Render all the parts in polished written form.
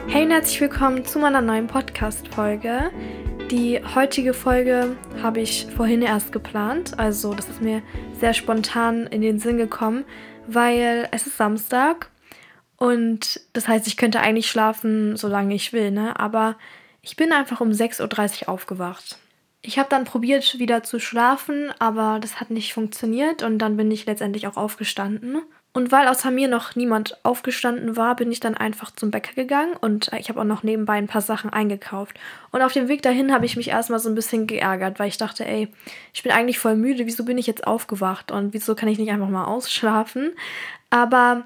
Hey und herzlich willkommen zu meiner neuen Podcast-Folge. Die heutige Folge habe ich vorhin erst geplant, also das ist mir sehr spontan in den Sinn gekommen, weil es ist Samstag und das heißt, ich könnte eigentlich schlafen, solange ich will, ne? Aber ich bin einfach um 6:30 Uhr aufgewacht. Ich habe dann probiert, wieder zu schlafen, aber das hat nicht funktioniert und dann bin ich letztendlich auch aufgestanden. Und weil außer mir noch niemand aufgestanden war, bin ich dann einfach zum Bäcker gegangen und ich habe auch noch nebenbei ein paar Sachen eingekauft. Und auf dem Weg dahin habe ich mich erstmal so ein bisschen geärgert, weil ich dachte, ey, ich bin eigentlich voll müde, wieso bin ich jetzt aufgewacht und wieso kann ich nicht einfach mal ausschlafen? Aber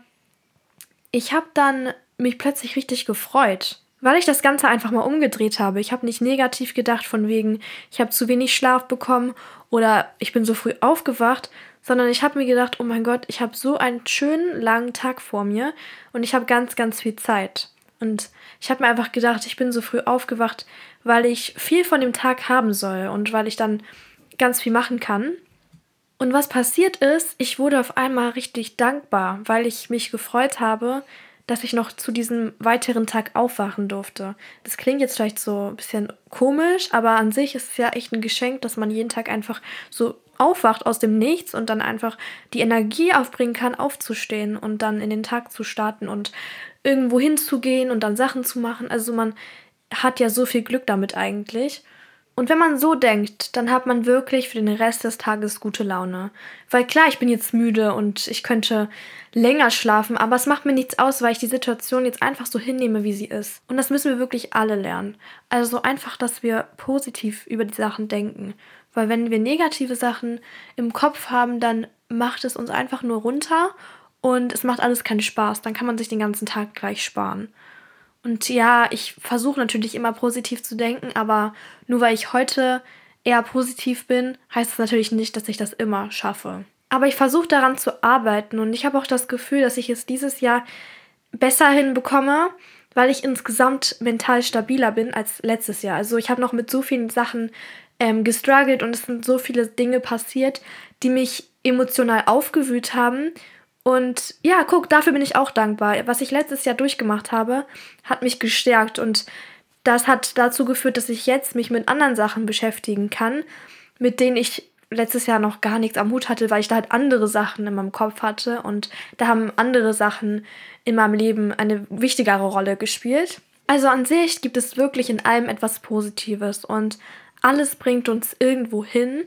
ich habe dann mich plötzlich richtig gefreut, weil ich das Ganze einfach mal umgedreht habe. Ich habe nicht negativ gedacht von wegen, ich habe zu wenig Schlaf bekommen oder ich bin so früh aufgewacht, sondern ich habe mir gedacht, oh mein Gott, ich habe so einen schönen langen Tag vor mir und ich habe ganz, ganz viel Zeit. Und ich habe mir einfach gedacht, ich bin so früh aufgewacht, weil ich viel von dem Tag haben soll und weil ich dann ganz viel machen kann. Und was passiert ist, ich wurde auf einmal richtig dankbar, weil ich mich gefreut habe, dass ich noch zu diesem weiteren Tag aufwachen durfte. Das klingt jetzt vielleicht so ein bisschen komisch, aber an sich ist es ja echt ein Geschenk, dass man jeden Tag einfach so aufwacht aus dem Nichts und dann einfach die Energie aufbringen kann, aufzustehen und dann in den Tag zu starten und irgendwo hinzugehen und dann Sachen zu machen. Also man hat ja so viel Glück damit eigentlich. Und wenn man so denkt, dann hat man wirklich für den Rest des Tages gute Laune. Weil klar, ich bin jetzt müde und ich könnte länger schlafen, aber es macht mir nichts aus, weil ich die Situation jetzt einfach so hinnehme, wie sie ist. Und das müssen wir wirklich alle lernen. Also einfach, dass wir positiv über die Sachen denken. Weil wenn wir negative Sachen im Kopf haben, dann macht es uns einfach nur runter und es macht alles keinen Spaß. Dann kann man sich den ganzen Tag gleich sparen. Und ja, ich versuche natürlich immer positiv zu denken, aber nur weil ich heute eher positiv bin, heißt es natürlich nicht, dass ich das immer schaffe. Aber ich versuche daran zu arbeiten und ich habe auch das Gefühl, dass ich es dieses Jahr besser hinbekomme, weil ich insgesamt mental stabiler bin als letztes Jahr. Also ich habe noch mit so vielen Sachen gestruggelt und es sind so viele Dinge passiert, die mich emotional aufgewühlt haben. Und ja, guck, dafür bin ich auch dankbar. Was ich letztes Jahr durchgemacht habe, hat mich gestärkt und das hat dazu geführt, dass ich jetzt mich mit anderen Sachen beschäftigen kann, mit denen ich letztes Jahr noch gar nichts am Hut hatte, weil ich da halt andere Sachen in meinem Kopf hatte und da haben andere Sachen in meinem Leben eine wichtigere Rolle gespielt. Also an sich gibt es wirklich in allem etwas Positives und alles bringt uns irgendwo hin.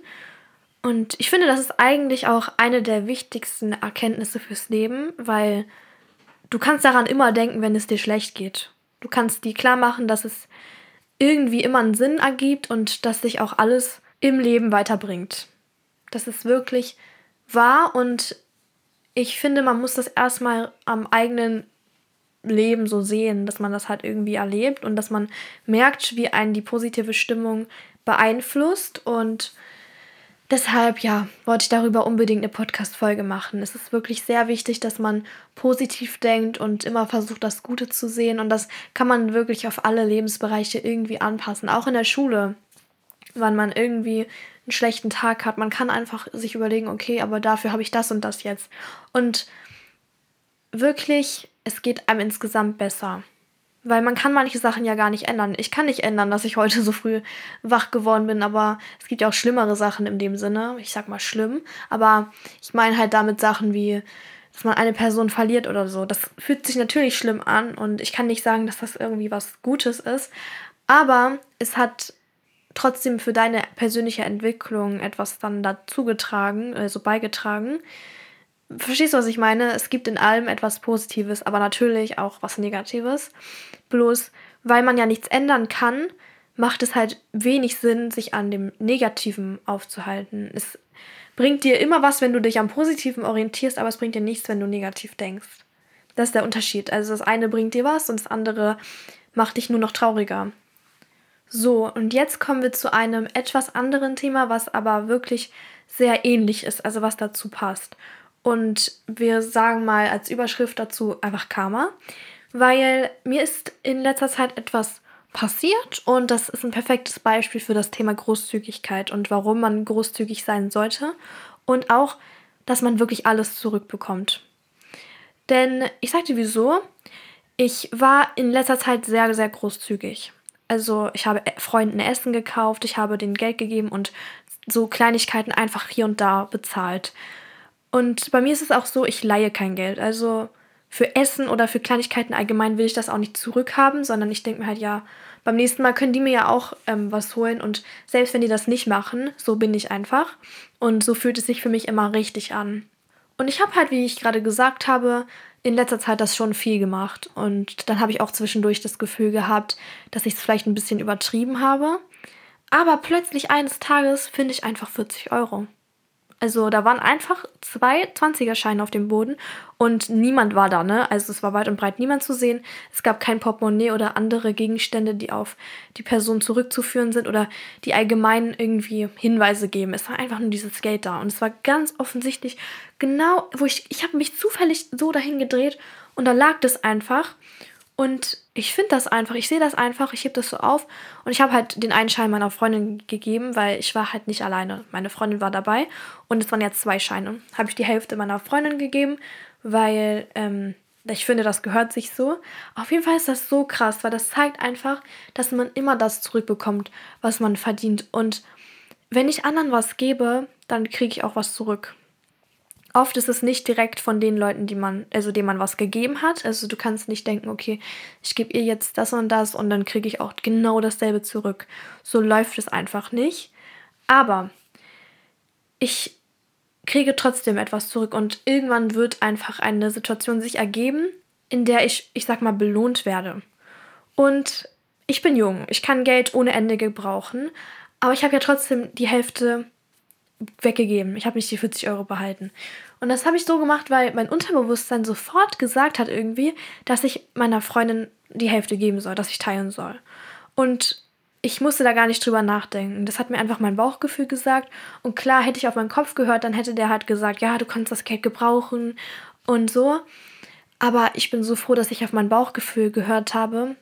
Und ich finde, das ist eigentlich auch eine der wichtigsten Erkenntnisse fürs Leben, weil du kannst daran immer denken, wenn es dir schlecht geht. Du kannst dir klar machen, dass es irgendwie immer einen Sinn ergibt und dass sich auch alles im Leben weiterbringt. Das ist wirklich wahr und ich finde, man muss das erstmal am eigenen Leben so sehen, dass man das halt irgendwie erlebt und dass man merkt, wie einen die positive Stimmung beeinflusst und deshalb, ja, wollte ich darüber unbedingt eine Podcast-Folge machen. Es ist wirklich sehr wichtig, dass man positiv denkt und immer versucht, das Gute zu sehen. Und das kann man wirklich auf alle Lebensbereiche irgendwie anpassen. Auch in der Schule, wenn man irgendwie einen schlechten Tag hat. Man kann einfach sich überlegen, okay, aber dafür habe ich das und das jetzt. Und wirklich, es geht einem insgesamt besser. Weil man kann manche Sachen ja gar nicht ändern. Ich kann nicht ändern, dass ich heute so früh wach geworden bin, aber es gibt ja auch schlimmere Sachen in dem Sinne. Ich sag mal schlimm, aber ich meine halt damit Sachen wie, dass man eine Person verliert oder so. Das fühlt sich natürlich schlimm an und ich kann nicht sagen, dass das irgendwie was Gutes ist, aber es hat trotzdem für deine persönliche Entwicklung etwas dann dazu getragen, also beigetragen. Verstehst du, was ich meine? Es gibt in allem etwas Positives, aber natürlich auch was Negatives. Bloß, weil man ja nichts ändern kann, macht es halt wenig Sinn, sich an dem Negativen aufzuhalten. Es bringt dir immer was, wenn du dich am Positiven orientierst, aber es bringt dir nichts, wenn du negativ denkst. Das ist der Unterschied. Also das eine bringt dir was und das andere macht dich nur noch trauriger. So, und jetzt kommen wir zu einem etwas anderen Thema, was aber wirklich sehr ähnlich ist, also was dazu passt. Und wir sagen mal als Überschrift dazu einfach Karma, weil mir ist in letzter Zeit etwas passiert und das ist ein perfektes Beispiel für das Thema Großzügigkeit und warum man großzügig sein sollte und auch, dass man wirklich alles zurückbekommt. Denn ich sag dir wieso, Ich war in letzter Zeit sehr, sehr großzügig. Also, ich habe Freunden Essen gekauft, ich habe denen Geld gegeben und so Kleinigkeiten einfach hier und da bezahlt. Und bei mir ist es auch so, ich leihe kein Geld. Also, für Essen oder für Kleinigkeiten allgemein will ich das auch nicht zurückhaben, sondern ich denke mir halt, ja, beim nächsten Mal können die mir ja auch was holen. Und selbst wenn die das nicht machen, so bin ich einfach. Und so fühlt es sich für mich immer richtig an. Und ich habe halt, wie ich gerade gesagt habe, in letzter Zeit das schon viel gemacht. Und dann habe ich auch zwischendurch das Gefühl gehabt, dass ich es vielleicht ein bisschen übertrieben habe. Aber plötzlich eines Tages finde ich einfach 40 €. Also da waren einfach zwei 20er-Scheine auf dem Boden und niemand war da, ne? Also es war weit und breit niemand zu sehen. Es gab kein Portemonnaie oder andere Gegenstände, die auf die Person zurückzuführen sind oder die allgemein irgendwie Hinweise geben. Es war einfach nur dieses Geld da und es war ganz offensichtlich genau, ich habe mich zufällig so dahin gedreht und da lag das einfach. Und ich finde das einfach, ich sehe das einfach, ich hebe das so auf und ich habe halt den einen Schein meiner Freundin gegeben, weil ich war halt nicht alleine. Meine Freundin war dabei und es waren jetzt zwei Scheine. Habe ich die Hälfte meiner Freundin gegeben, weil ich finde, das gehört sich so. Auf jeden Fall ist das so krass, weil das zeigt einfach, dass man immer das zurückbekommt, was man verdient. Und wenn ich anderen was gebe, dann kriege ich auch was zurück. Oft ist es nicht direkt von den Leuten, denen man was gegeben hat. Also du kannst nicht denken, okay, ich gebe ihr jetzt das und dann kriege ich auch genau dasselbe zurück. So läuft es einfach nicht. Aber ich kriege trotzdem etwas zurück und irgendwann wird einfach eine Situation sich ergeben, in der ich sag mal, belohnt werde. Und ich bin jung, ich kann Geld ohne Ende gebrauchen, aber ich habe ja trotzdem die Hälfte weggegeben. Ich habe nicht die 40 € behalten. Und das habe ich so gemacht, weil mein Unterbewusstsein sofort gesagt hat irgendwie, dass ich meiner Freundin die Hälfte geben soll, dass ich teilen soll. Und ich musste da gar nicht drüber nachdenken. Das hat mir einfach mein Bauchgefühl gesagt. Und klar, hätte ich auf meinen Kopf gehört, dann hätte der halt gesagt, ja, du kannst das Geld gebrauchen und so. Aber ich bin so froh, dass ich auf mein Bauchgefühl gehört habe,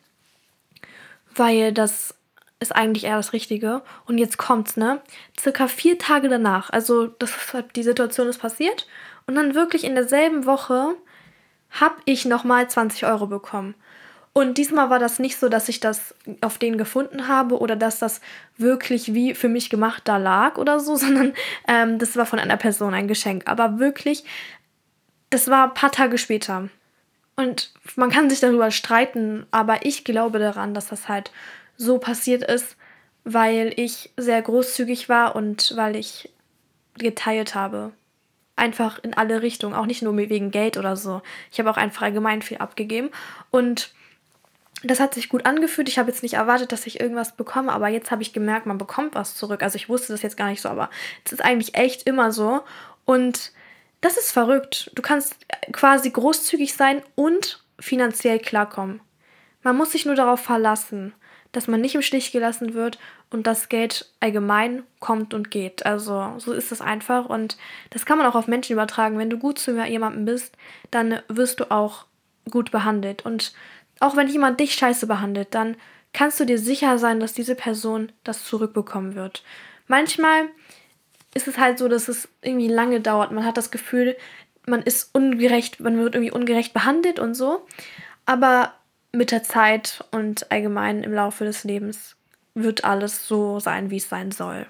weil das ist eigentlich eher das Richtige. Und jetzt kommt's, ne? Circa 4 Tage danach, also die Situation ist passiert. Und dann wirklich in derselben Woche habe ich nochmal 20 € bekommen. Und diesmal war das nicht so, dass ich das auf den gefunden habe oder dass das wirklich wie für mich gemacht da lag oder so, sondern das war von einer Person ein Geschenk. Aber wirklich, das war ein paar Tage später. Und man kann sich darüber streiten, aber ich glaube daran, dass das halt so passiert ist, weil ich sehr großzügig war und weil ich geteilt habe. Einfach in alle Richtungen, auch nicht nur wegen Geld oder so. Ich habe auch einfach allgemein viel abgegeben und das hat sich gut angefühlt. Ich habe jetzt nicht erwartet, dass ich irgendwas bekomme, aber jetzt habe ich gemerkt, man bekommt was zurück. Also ich wusste das jetzt gar nicht so, aber es ist eigentlich echt immer so. Und das ist verrückt. Du kannst quasi großzügig sein und finanziell klarkommen. Man muss sich nur darauf verlassen, dass man nicht im Stich gelassen wird und das Geld allgemein kommt und geht. Also so ist es einfach und das kann man auch auf Menschen übertragen. Wenn du gut zu jemandem bist, dann wirst du auch gut behandelt. Und auch wenn jemand dich scheiße behandelt, dann kannst du dir sicher sein, dass diese Person das zurückbekommen wird. Manchmal ist es halt so, dass es irgendwie lange dauert. Man hat das Gefühl, man wird irgendwie ungerecht behandelt und so. Aber mit der Zeit und allgemein im Laufe des Lebens wird alles so sein, wie es sein soll.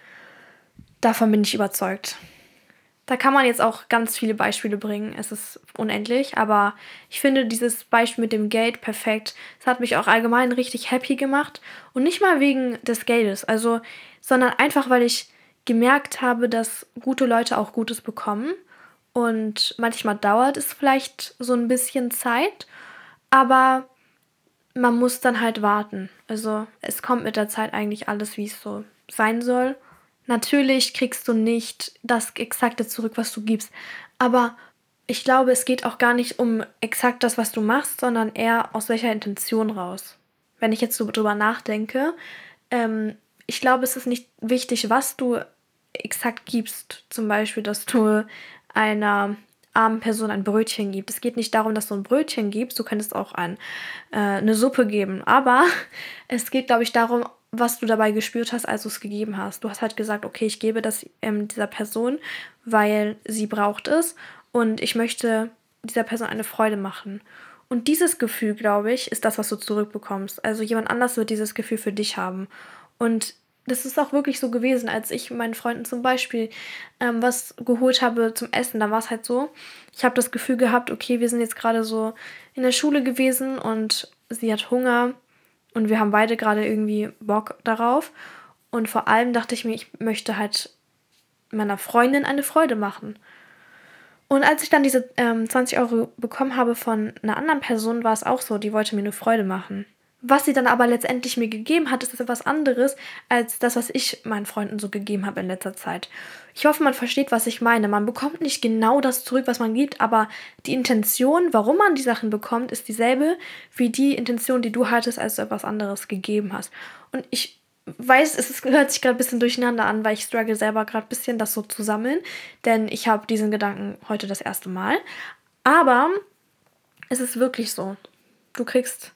Davon bin ich überzeugt. Da kann man jetzt auch ganz viele Beispiele bringen. Es ist unendlich, aber ich finde dieses Beispiel mit dem Geld perfekt. Es hat mich auch allgemein richtig happy gemacht und nicht mal wegen des Geldes, sondern einfach, weil ich gemerkt habe, dass gute Leute auch Gutes bekommen und manchmal dauert es vielleicht so ein bisschen Zeit, aber man muss dann halt warten. Also es kommt mit der Zeit eigentlich alles, wie es so sein soll. Natürlich kriegst du nicht das Exakte zurück, was du gibst. Aber ich glaube, es geht auch gar nicht um exakt das, was du machst, sondern eher aus welcher Intention raus. Wenn ich jetzt so drüber nachdenke, ich glaube, es ist nicht wichtig, was du exakt gibst. Zum Beispiel, dass du einer armen Person ein Brötchen gibst. Es geht nicht darum, dass du ein Brötchen gibst. Du könntest auch eine Suppe geben. Aber es geht, glaube ich, darum, was du dabei gespürt hast, als du es gegeben hast. Du hast halt gesagt, okay, ich gebe das dieser Person, weil sie braucht es und ich möchte dieser Person eine Freude machen. Und dieses Gefühl, glaube ich, ist das, was du zurückbekommst. Also jemand anders wird dieses Gefühl für dich haben. Und das ist auch wirklich so gewesen, als ich meinen Freunden zum Beispiel was geholt habe zum Essen. Da war es halt so, ich habe das Gefühl gehabt, okay, wir sind jetzt gerade so in der Schule gewesen und sie hat Hunger und wir haben beide gerade irgendwie Bock darauf. Und vor allem dachte ich mir, ich möchte halt meiner Freundin eine Freude machen. Und als ich dann diese 20 Euro bekommen habe von einer anderen Person, war es auch so, die wollte mir eine Freude machen. Was sie dann aber letztendlich mir gegeben hat, ist etwas anderes als das, was ich meinen Freunden so gegeben habe in letzter Zeit. Ich hoffe, man versteht, was ich meine. Man bekommt nicht genau das zurück, was man gibt, aber die Intention, warum man die Sachen bekommt, ist dieselbe wie die Intention, die du hattest, als du etwas anderes gegeben hast. Und ich weiß, hört sich gerade ein bisschen durcheinander an, weil ich struggle selber gerade ein bisschen, das so zu sammeln, denn ich habe diesen Gedanken heute das erste Mal. Aber es ist wirklich so. Du kriegst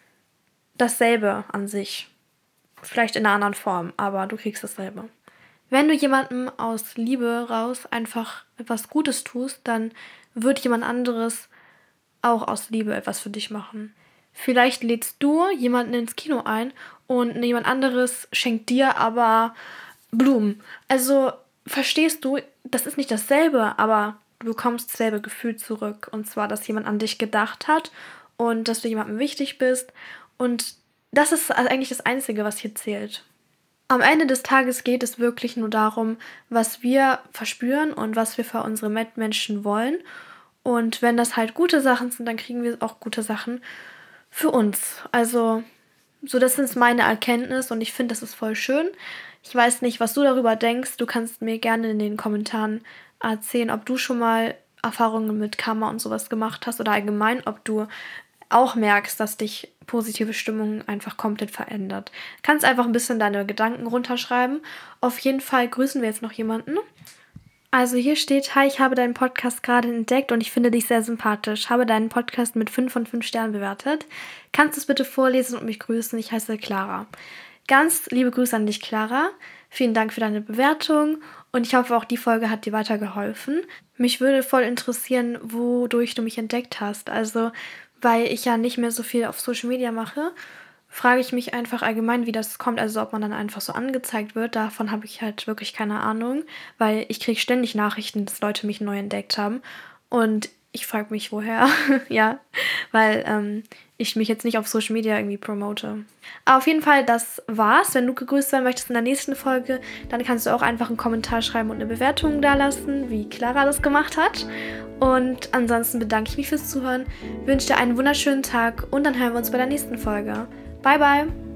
dasselbe an sich. Vielleicht in einer anderen Form, aber du kriegst dasselbe. Wenn du jemandem aus Liebe raus einfach etwas Gutes tust, dann wird jemand anderes auch aus Liebe etwas für dich machen. Vielleicht lädst du jemanden ins Kino ein und jemand anderes schenkt dir aber Blumen. Also verstehst du, das ist nicht dasselbe, aber du bekommst dasselbe Gefühl zurück. Und zwar, dass jemand an dich gedacht hat und dass du jemandem wichtig bist. Und das ist eigentlich das Einzige, was hier zählt. Am Ende des Tages geht es wirklich nur darum, was wir verspüren und was wir für unsere Mitmenschen wollen. Und wenn das halt gute Sachen sind, dann kriegen wir auch gute Sachen für uns. Also, so das ist meine Erkenntnis und ich finde, das ist voll schön. Ich weiß nicht, was du darüber denkst. Du kannst mir gerne in den Kommentaren erzählen, ob du schon mal Erfahrungen mit Karma und sowas gemacht hast oder allgemein, ob du auch merkst, dass dich positive Stimmung einfach komplett verändert. Kannst einfach ein bisschen deine Gedanken runterschreiben. Auf jeden Fall grüßen wir jetzt noch jemanden. Also hier steht, hi, ich habe deinen Podcast gerade entdeckt und ich finde dich sehr sympathisch. Habe deinen Podcast mit 5 von 5 Sternen bewertet. Kannst du es bitte vorlesen und mich grüßen? Ich heiße Clara. Ganz liebe Grüße an dich, Clara. Vielen Dank für deine Bewertung und ich hoffe, auch die Folge hat dir weitergeholfen. Mich würde voll interessieren, wodurch du mich entdeckt hast. Also, weil ich ja nicht mehr so viel auf Social Media mache, frage ich mich einfach allgemein, wie das kommt. Also ob man dann einfach so angezeigt wird, davon habe ich halt wirklich keine Ahnung, weil ich kriege ständig Nachrichten, dass Leute mich neu entdeckt haben und ich frage mich, woher, ja, weil ich mich jetzt nicht auf Social Media irgendwie promote. Aber auf jeden Fall, das war's. Wenn du gegrüßt werden möchtest in der nächsten Folge, dann kannst du auch einfach einen Kommentar schreiben und eine Bewertung dalassen, wie Clara das gemacht hat. Und ansonsten bedanke ich mich fürs Zuhören, wünsche dir einen wunderschönen Tag und dann hören wir uns bei der nächsten Folge. Bye, bye!